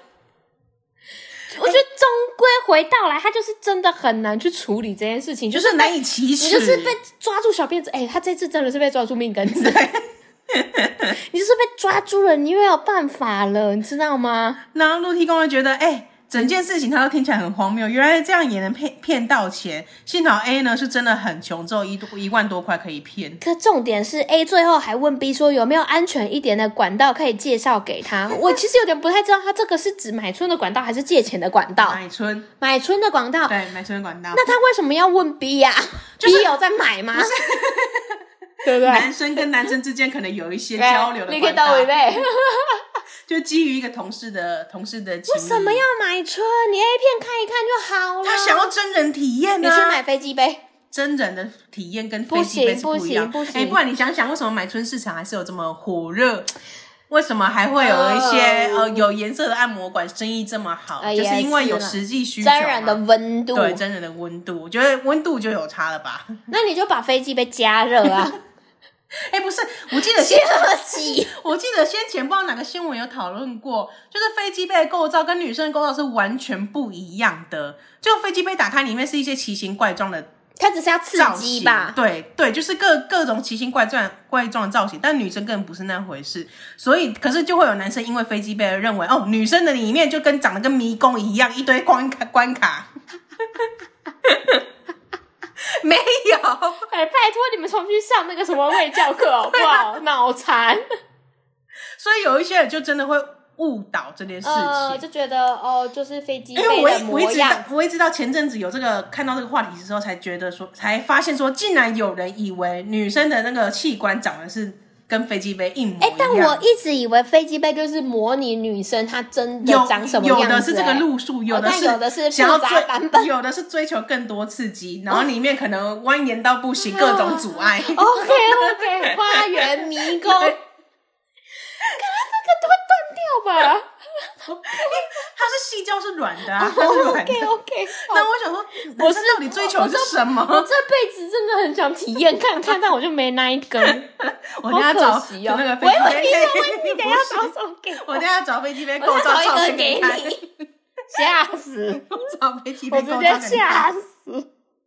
我觉得终归回到来，他就是真的很难去处理这件事情， 就是难以启齿。 你就是被抓住小辫子，哎、欸，他这次真的是被抓住命根子，你就是被抓住了，你又没有办法了，你知道吗？ 然后陆地公就觉得，哎、欸。整件事情他都听起来很荒谬，原来这样也能骗骗到钱。幸好 A 呢是真的很穷，只有一一万多块可以骗。 可重点是 A 最后还问 B 说有没有安全一点的管道可以介绍给他。我其实有点不太知道他这个是指买春的管道还是借钱的管道。 买春， 买春的管道， 对，买春的管道。 那他为什么要问 B 呀、啊就是、？B 有在买吗？对不对？ 男生跟男生之间可能有一些交流的管道。 你可以到违背。 就基于一个同事的同事的情谊， 为什么要买春？你 A 片看一看就好了。 他想要真人体验啊！ 你去买飞机杯， 真人的体验跟飞机杯是不一样。 不行，不行，不行。 哎、欸，不然你想想，为什么买春市场还是有这么火热？为什么还会有一些、呃、呃有颜色的按摩馆生意这么好？呃、就是因为有实际需求， 真人的温度， 对，真人的温度，我觉得温度就有差了吧？ 那你就把飞机杯加热啊。 哎、欸，不是，我记得先我记得先前不知道哪个新闻有讨论过，就是飞机杯的构造跟女生的构造是完全不一样的。就飞机杯打开里面是一些奇形怪状的， 它只是要刺激吧？ 对对，就是各各种奇形怪状怪状的造型，但女生根本不是那回事。所以，可是就会有男生因为飞机杯而认为，哦，女生的里面就跟长得跟迷宫一样，一堆关卡关卡。没有， 哎、欸，拜托你们重新上那个什么卫教课好不好？脑残。 所以有一些人就真的会误导这件事情， 呃、就觉得哦，就是飞机杯的模样。 我一直到我一直到前阵子有这个看到这个话题的时候，才觉得说，才发现说，竟然有人以为女生的那个器官长得是跟飞机杯一模一样。哎、欸， 但我一直以为飞机杯就是模拟女生她真的长什么样子、欸。 有的是这个路数，有的是、 哦、有的是复杂版本， 有的是追求更多刺激，然后里面可能蜿蜒到不行，各种阻碍。 OK OK， 花园迷宫，看它这个都会断掉吧？ 它是细胶是软的啊。 Oh, OK OK， 那我想说，我是到底追求的是什么？ 我这辈子真的很想体验看看，但我就没那一根。 我等下找那个飞机杯， 你等一下找什么给我？ 我等一下找飞机杯构造照片给你， 吓死！ 我找飞机杯构造我直接吓死。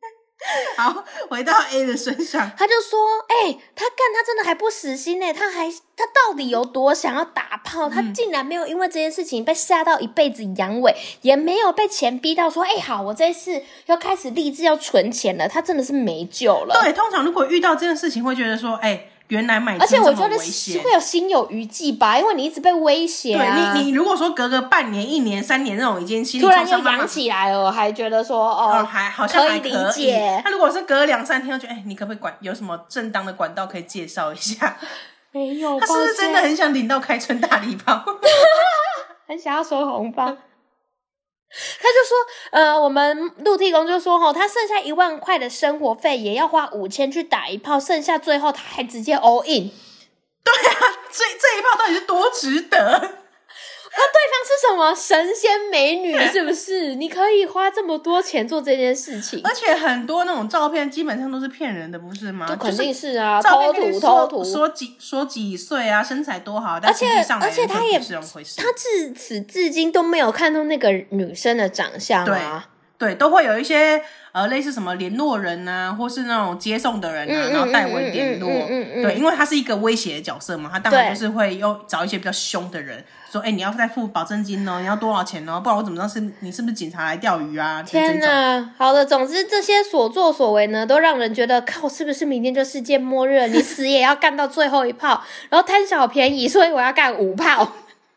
好，回到 A 的身上， 他就说：“哎、欸，他干，他真的还不死心呢、欸，他还他到底有多想要打炮？他竟然没有因为这件事情被吓到一辈子阳痿，也没有被钱逼到说，哎、欸，好，我这次要开始立志要存钱了。他真的是没救了。 对，通常如果遇到这件事情，会觉得说，哎、欸。”原来买春这么危险，而且我觉得会有心有余悸吧，因为你一直被威胁啊。 对你，你如果说隔个半年、一年、三年那种已经心里突然又养起来了，还觉得说哦， 哦还好像还可以理解。 那如果是隔两三天，就觉得哎，你可不可以管有什么正当的管道可以介绍一下？ 没有， 他是不是真的很想领到开春大礼包？ 很想要收红包。他就说，呃，我们陆地公就说，吼，他剩下一万块的生活费也要花五千去打一炮，剩下最后他还直接 all in。 对啊，这这一炮到底是多值得？ 那对方是什么神仙美女是不是？你可以花这么多钱做这件事情， 而且很多那种照片基本上都是骗人的，不是吗？ 就肯定是啊， 就是、 偷图偷图， 说几说几岁啊，身材多好，但实际上而且他也回事他至此至今都没有看到那个女生的长相啊。 对，都会有一些呃类似什么联络人啊，或是那种接送的人啊，嗯、然后代为联络。嗯嗯嗯、对，因为他是一个威胁的角色嘛，他当然就是会又找一些比较凶的人，说：“哎、欸，你要再付保证金哦，你要多少钱哦？不然我怎么知道是你是不是警察来钓鱼啊？” 天哪！好的，总之这些所作所为呢，都让人觉得靠，是不是明天就世界末日了？你死也要干到最后一炮，然后贪小便宜，所以我要干五炮。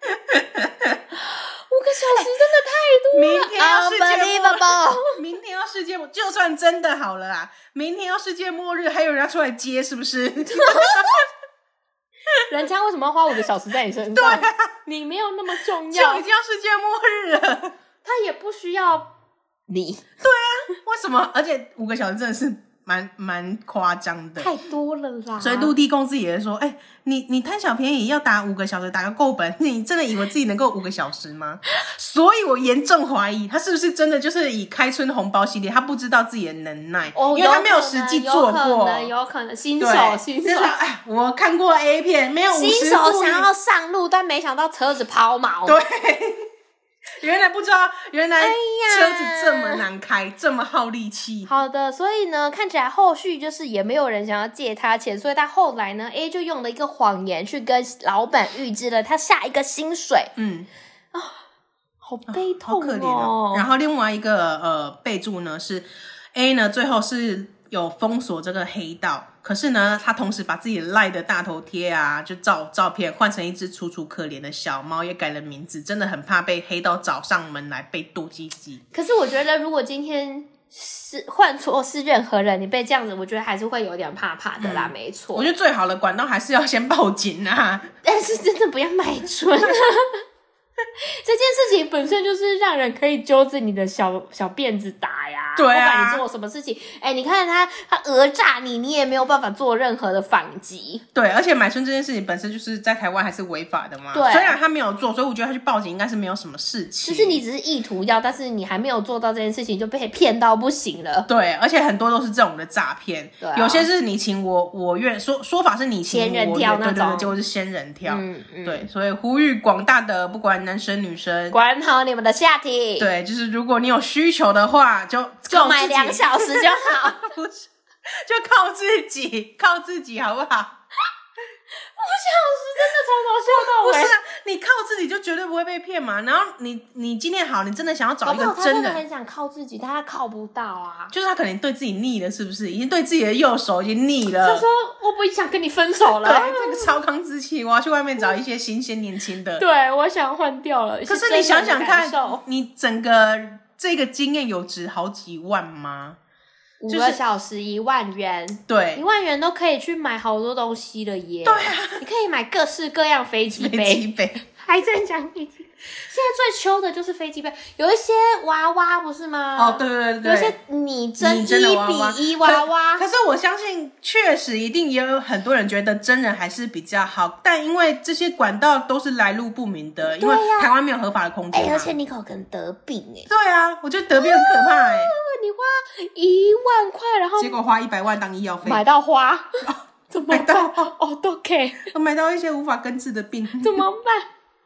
五个小时真的太多了， 明天要世界末日，明天要世界末日，就算真的好了啊，明天要世界末日，还有人要出来接，是不是？ 人家为什么要花五个小时在你身上？ 对啊， 你没有那么重要， 就已经要世界末日了， 他也不需要你。 对啊，为什么？而且五个小时真的是蛮蛮夸张的， 太多了啦。 所以陆地公自己也说，哎、欸，你你贪小便宜要打五个小时，打个够本，你真的以为自己能够五个小时吗？所以我严重怀疑他是不是真的就是以开春红包系列，他不知道自己的能耐，哦、因为他没有实际做过， 有可能，有可能新手新手。 哎，我看过 A 片，没有五十新手想要上路，但没想到车子抛锚。 对。原来不知道，原来车子这么难开，哎、这么耗力气。 好的，所以呢，看起来后续就是也没有人想要借他钱，所以他后来呢 ，A 就用了一个谎言去跟老板预支了他下一个薪水。嗯，啊，好悲痛、哦， 好可怜哦。然后另外一个呃备注呢是 A 呢，最后是有封锁这个黑道。可是呢，他同时把自己赖的大头贴啊，就照照片换成一只楚楚可怜的小猫，也改了名字，真的很怕被黑道找上门来被剁鸡鸡。 可是我觉得，如果今天是换错是任何人，你被这样子，我觉得还是会有点怕怕的啦。嗯、没错， 我觉得最好的管道还是要先报警啊。 但是真的不要买春啊。这件事情本身就是让人可以揪着你的小小辫子打呀， 对啊， 不管你做什么事情，哎、欸，你看他他讹诈你，你也没有办法做任何的反击。 对，而且买春这件事情本身就是在台湾还是违法的嘛。 对， 虽然他没有做，所以我觉得他去报警应该是没有什么事情。 就是你只是意图要，但是你还没有做到这件事情，就被骗到不行了。 对，而且很多都是这种的诈骗，对、啊，有些是你情我我愿，说说法是你情我愿， 仙人跳那种， 对对对，结果是仙人跳。 嗯嗯， 对，所以呼吁广大的不管男生女生。 管好你们的下体。 对，就是如果你有需求的话，就就买两小时就好， 不是，就靠自己，靠自己，好不好？ 五小时真的从头笑到尾。 不是啊，你靠自己就绝对不会被骗嘛。然后你你今天好，你真的想要找一个真的， 他真的很想靠自己，但他靠不到啊。 就是他可能对自己腻了，是不是？已经对自己的右手已经腻了。 就说我不想跟你分手了。 对，这个超康之气，我要去外面找一些新鲜年轻的。 对，我想换掉了。 可是你想想看，你整个这个经验有值好几万吗？ 五个小时一万元， 对， 一万元都可以去买好多东西了耶。 对啊， 你可以买各式各样飞机杯， 飞机杯还在讲飞机杯。现在最秋的就是飞机杯，有一些娃娃不是吗？ 哦，对对对， 有一些拟真一比一娃娃。 可是我相信，确实一定也有很多人觉得真人还是比较好，但因为这些管道都是来路不明的，因为台湾没有合法的空间、啊。 哎、欸，而且你可能得病哎、欸。 对啊，我觉得得病很可怕哎、欸。 你花一万块，然后结果花一百万当医药费， 买到花，怎么办？哦，都可以， 买到一些无法根治的病， 怎么办？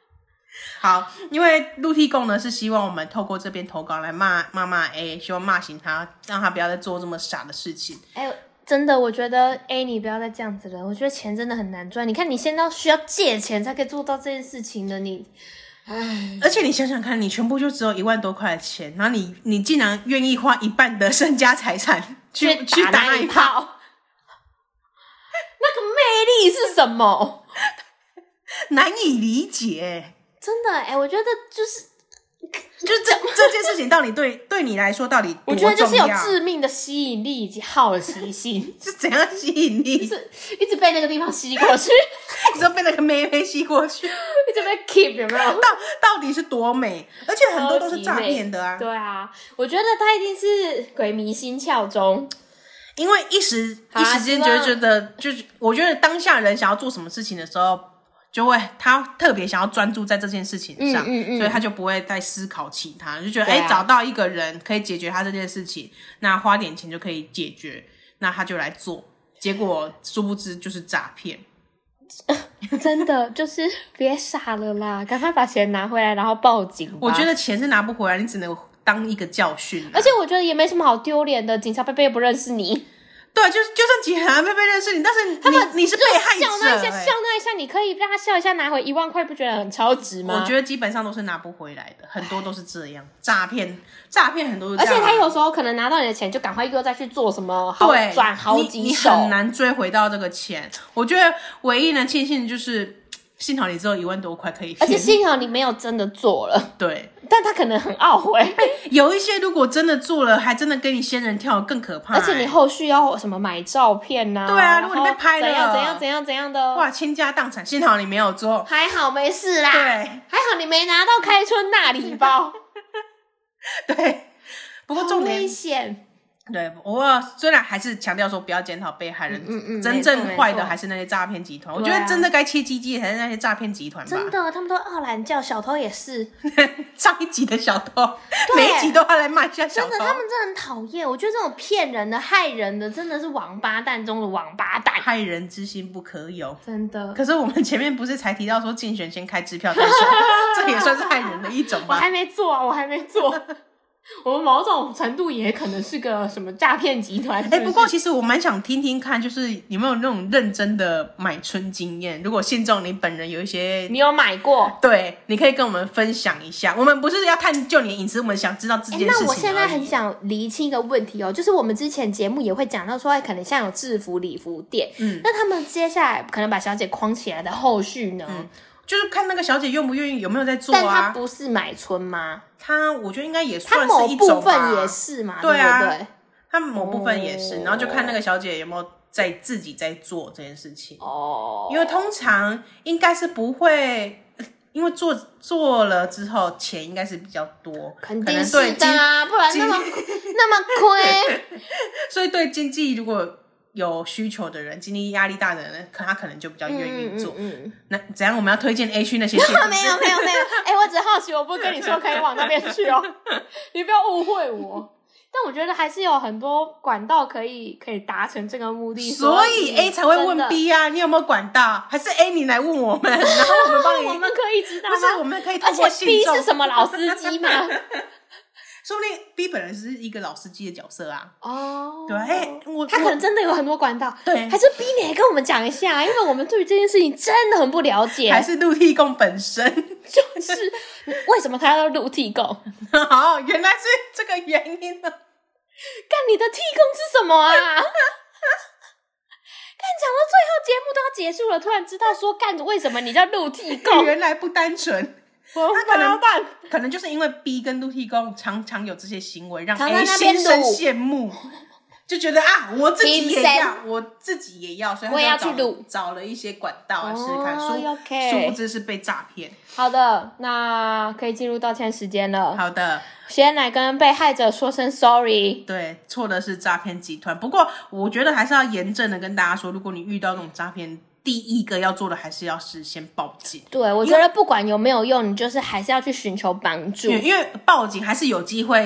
好，因为陆地共呢是希望我们透过这边投稿来骂骂骂 A， 希望骂醒他，让他不要再做这么傻的事情。 哎、欸，真的，我觉得 A 你不要再这样子了。我觉得钱真的很难赚。你看，你现在需要借钱才可以做到这件事情的，你，唉。而且你想想看，你全部就只有一万多块的钱，然后你你竟然愿意花一半的身家财产去去打那一炮， 那个魅力是什么？ 难以理解。 真的哎、欸，我觉得就是就是这这件事情到底对对你来说到底多重要？ 我觉得就是有致命的吸引力以及好奇心。 是怎样吸引力？ 就是一直被那个地方吸过去， 一直被那个妹妹吸过去， 一直被 keep 有没有？ 到到底是多美？而且很多都是诈骗的啊。 对啊，我觉得他一定是鬼迷心窍中。 因为一时一时间就觉得，就是我觉得当下人想要做什么事情的时候，就会他特别想要专注在这件事情上，嗯嗯嗯，所以他就不会再思考其他，就觉得哎、啊欸，找到一个人可以解决他这件事情，那花点钱就可以解决，那他就来做。结果殊不知就是诈骗。 真的就是别傻了啦，赶快把钱拿回来，然后报警吧。 我觉得钱是拿不回来，你只能当一个教训、啊。 而且我觉得也没什么好丢脸的，警察贝贝又不认识你。 对，就就算警察贝贝认识你，但是你你是被害者、欸， 笑那一下，笑那一下，你可以让他笑一下，拿回一万块，不觉得很超值吗？ 我觉得基本上都是拿不回来的，很多都是这样，诈骗，诈骗很多都这样、啊。 而且他有时候可能拿到你的钱，就赶快又再去做什么好转好几手， 你你很难追回到这个钱。我觉得唯一能庆幸的就是。幸好你只有一万多块可以骗， 而且幸好你没有真的做了。 对， 但他可能很懊悔。 有一些如果真的做了，还真的跟你仙人跳更可怕、欸。 而且你后续要什么买照片啊？ 对啊，如果你被拍了， 怎样怎样怎样怎样的， 哇，倾家荡产。幸好你没有做， 还好没事啦。 对， 还好你没拿到开春大礼包。 对，不过重点好危险。 对，我虽然还是强调说不要检讨被害人，嗯嗯，真正坏的还是那些诈骗集团。我觉得真的该切鸡鸡的才是那些诈骗集团吧。 真的，他们都傲懒叫，小偷也是。 上一集的小偷，每一集都要来骂一下小偷。 真的，他们真的很讨厌。我觉得这种骗人的、害人的，真的是王八蛋中的王八蛋。 害人之心不可有， 真的。 可是我们前面不是才提到说竞选先开支票再说，这也算是害人的一种吧？ 我还没做啊，我还没做。我们某种程度也可能是个什么诈骗集团。哎、欸， 不过其实我蛮想听听看，就是有没有那种认真的买春经验？如果信众你本人有一些， 你有买过？ 对，你可以跟我们分享一下。我们不是要探究你的隐私，我们想知道这件事情、欸。 那我现在很想厘清一个问题哦，就是我们之前节目也会讲到说，可能像有制服礼服店，嗯，那他们接下来可能把小姐框起来的后续呢？嗯， 就是看那个小姐愿不愿意，有没有在做啊？ 但她不是买春吗？ 她我觉得应该也算是一种吧。 她某部分也是嘛，对啊，对不对？ 她某部分也是，哦、然后就看那个小姐有没有在自己在做这件事情哦。因为通常应该是不会，因为做做了之后钱应该是比较多， 肯定是的啊，不然那么那么亏。 所以对经济如果有需求的人，经济压力大的人，可他可能就比较愿意做。嗯嗯嗯、那怎样？我们要推荐 A 区那些？ 没有没有没有。哎、欸，我只好奇，我不跟你说可以往那边去哦，你不要误会我。但我觉得还是有很多管道可以可以达成这个目的， 所以 A 才会问 B 啊，你有没有管道？还是 A 你来问我们，然后我们帮你？ 我们可以知道吗？ 不是，我们可以透过信众。 而且 B 是什么老司机吗？ 说不定 B 本人是一个老司机的角色啊。哦，对，哎、欸，我他可能真的有很多管道。 对， 还是 B 你来跟我们讲一下，因为我们对于这件事情真的很不了解。 还是陆地共本身， 就是为什么他要陆地共？ 哦，原来是这个原因呢。 干，你的地共是什么啊？干，讲到最后节目都要结束了，突然知道说干，为什么你叫陆地共？ 原来不单纯。他可能可能就是因为 B 跟陆地共常常有这些行为，让 A 心生羡慕，就觉得啊，我自己也要，我自己也要，所以他就我也要去录， 找了一些管道来试试看， 殊、 oh, okay. 殊不知是被诈骗。 好的，那可以进入道歉时间了。 好的， 先来跟被害者说声 sorry。 对，错的是诈骗集团。不过我觉得还是要严正的跟大家说，如果你遇到那种诈骗，第一个要做的还是要事先报警。 对，我觉得不管有没有用，你就是还是要去寻求帮助。 因为报警还是有机会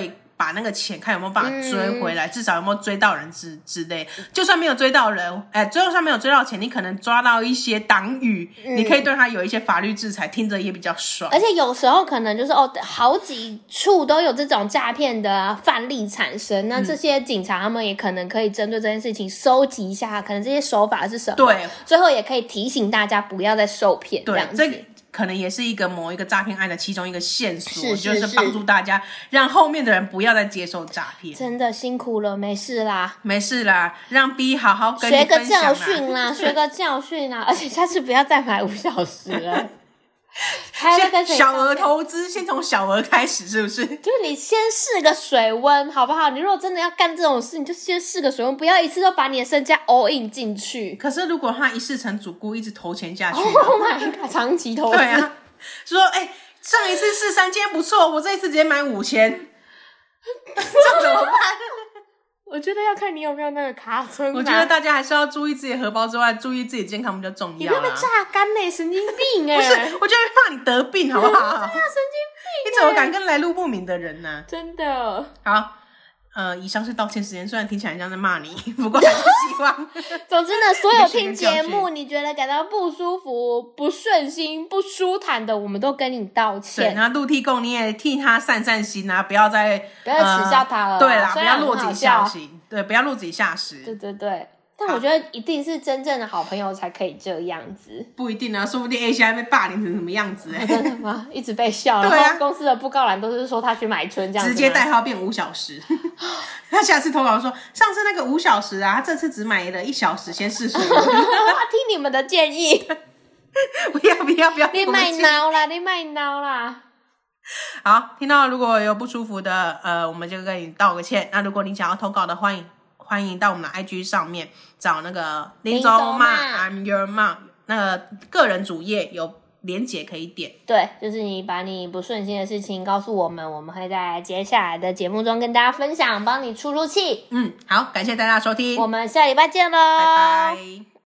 把那个钱看有没有办法追回来，嗯、至少有没有追到人之之类。就算没有追到人，哎，就算没有追到钱，你可能抓到一些党羽，嗯、你可以对他有一些法律制裁，听着也比较爽。 而且有时候可能就是哦，好几处都有这种诈骗的范例产生，那这些警察他们也可能可以针对这件事情收集一下，可能这些手法是什么， 对， 最后也可以提醒大家不要再受骗，这样子。 对，这可能也是一个某一个诈骗案的其中一个线索，是是是就是帮助大家让后面的人不要再接受诈骗。 真的辛苦了，没事啦， 没事啦，让 B 好好跟你学个分享啦教训啦，学个教训啦，而且下次不要再买五小时了。 先小额投资，先从小额开始，是不是？ 就是你先试个水温，好不好？你如果真的要干这种事，你就先试个水温，不要一次都把你的身家 all in 进去。 可是如果他一试成主顾，一直投钱下去 ，Oh my god， 长期投资， 对啊，说哎、欸，上一次试三千不错，我这一次直接买五千，这怎么办？ 我觉得要看你有没有那个卡村、啊。 我觉得大家还是要注意自己的荷包之外，注意自己的健康比较重要。 你不要被榨干嘞、欸，神经病哎、 欸！不是，我就会怕你得病，好不好？对啊， 神经病、欸！ 你怎么敢跟来路不明的人呢、啊？ 真的。 好，呃，以上是道歉时间，虽然听起来像在骂你，不过还是希望。 总之呢，所有听节目你觉得感到不舒服、不顺心、不舒坦的，我们都跟你道歉。 对，然后陆地共你也替他散散心啊，不要再不要再耻笑他了、呃。 对啦，不要落井下石。对，不要落井下石。 对对对。但我觉得一定是真正的好朋友才可以这样子， 不一定啊，说不定 A 现在被霸凌成什么样子、欸？ 真的吗？一直被笑， 对啊、 然后公司的布告栏都是说他去买春这样子， 直接代号变五小时。他下次投稿说，上次那个五小时啊，他这次只买了一小时，先试水。 听你们的建议， 不要不要不要， 你卖孬啦，你卖孬啦。 好，听到如果有不舒服的，呃，我们就跟你道个歉。那如果你想要投稿的，欢迎。欢迎到我们的 I G 上面找那个林州妈 I'm your mom 那个个人主页有连结可以点。 对，就是你把你不顺心的事情告诉我们，我们会在接下来的节目中跟大家分享，帮你出出气。 嗯，好，感谢大家收听， 我们下礼拜见喽， 拜拜。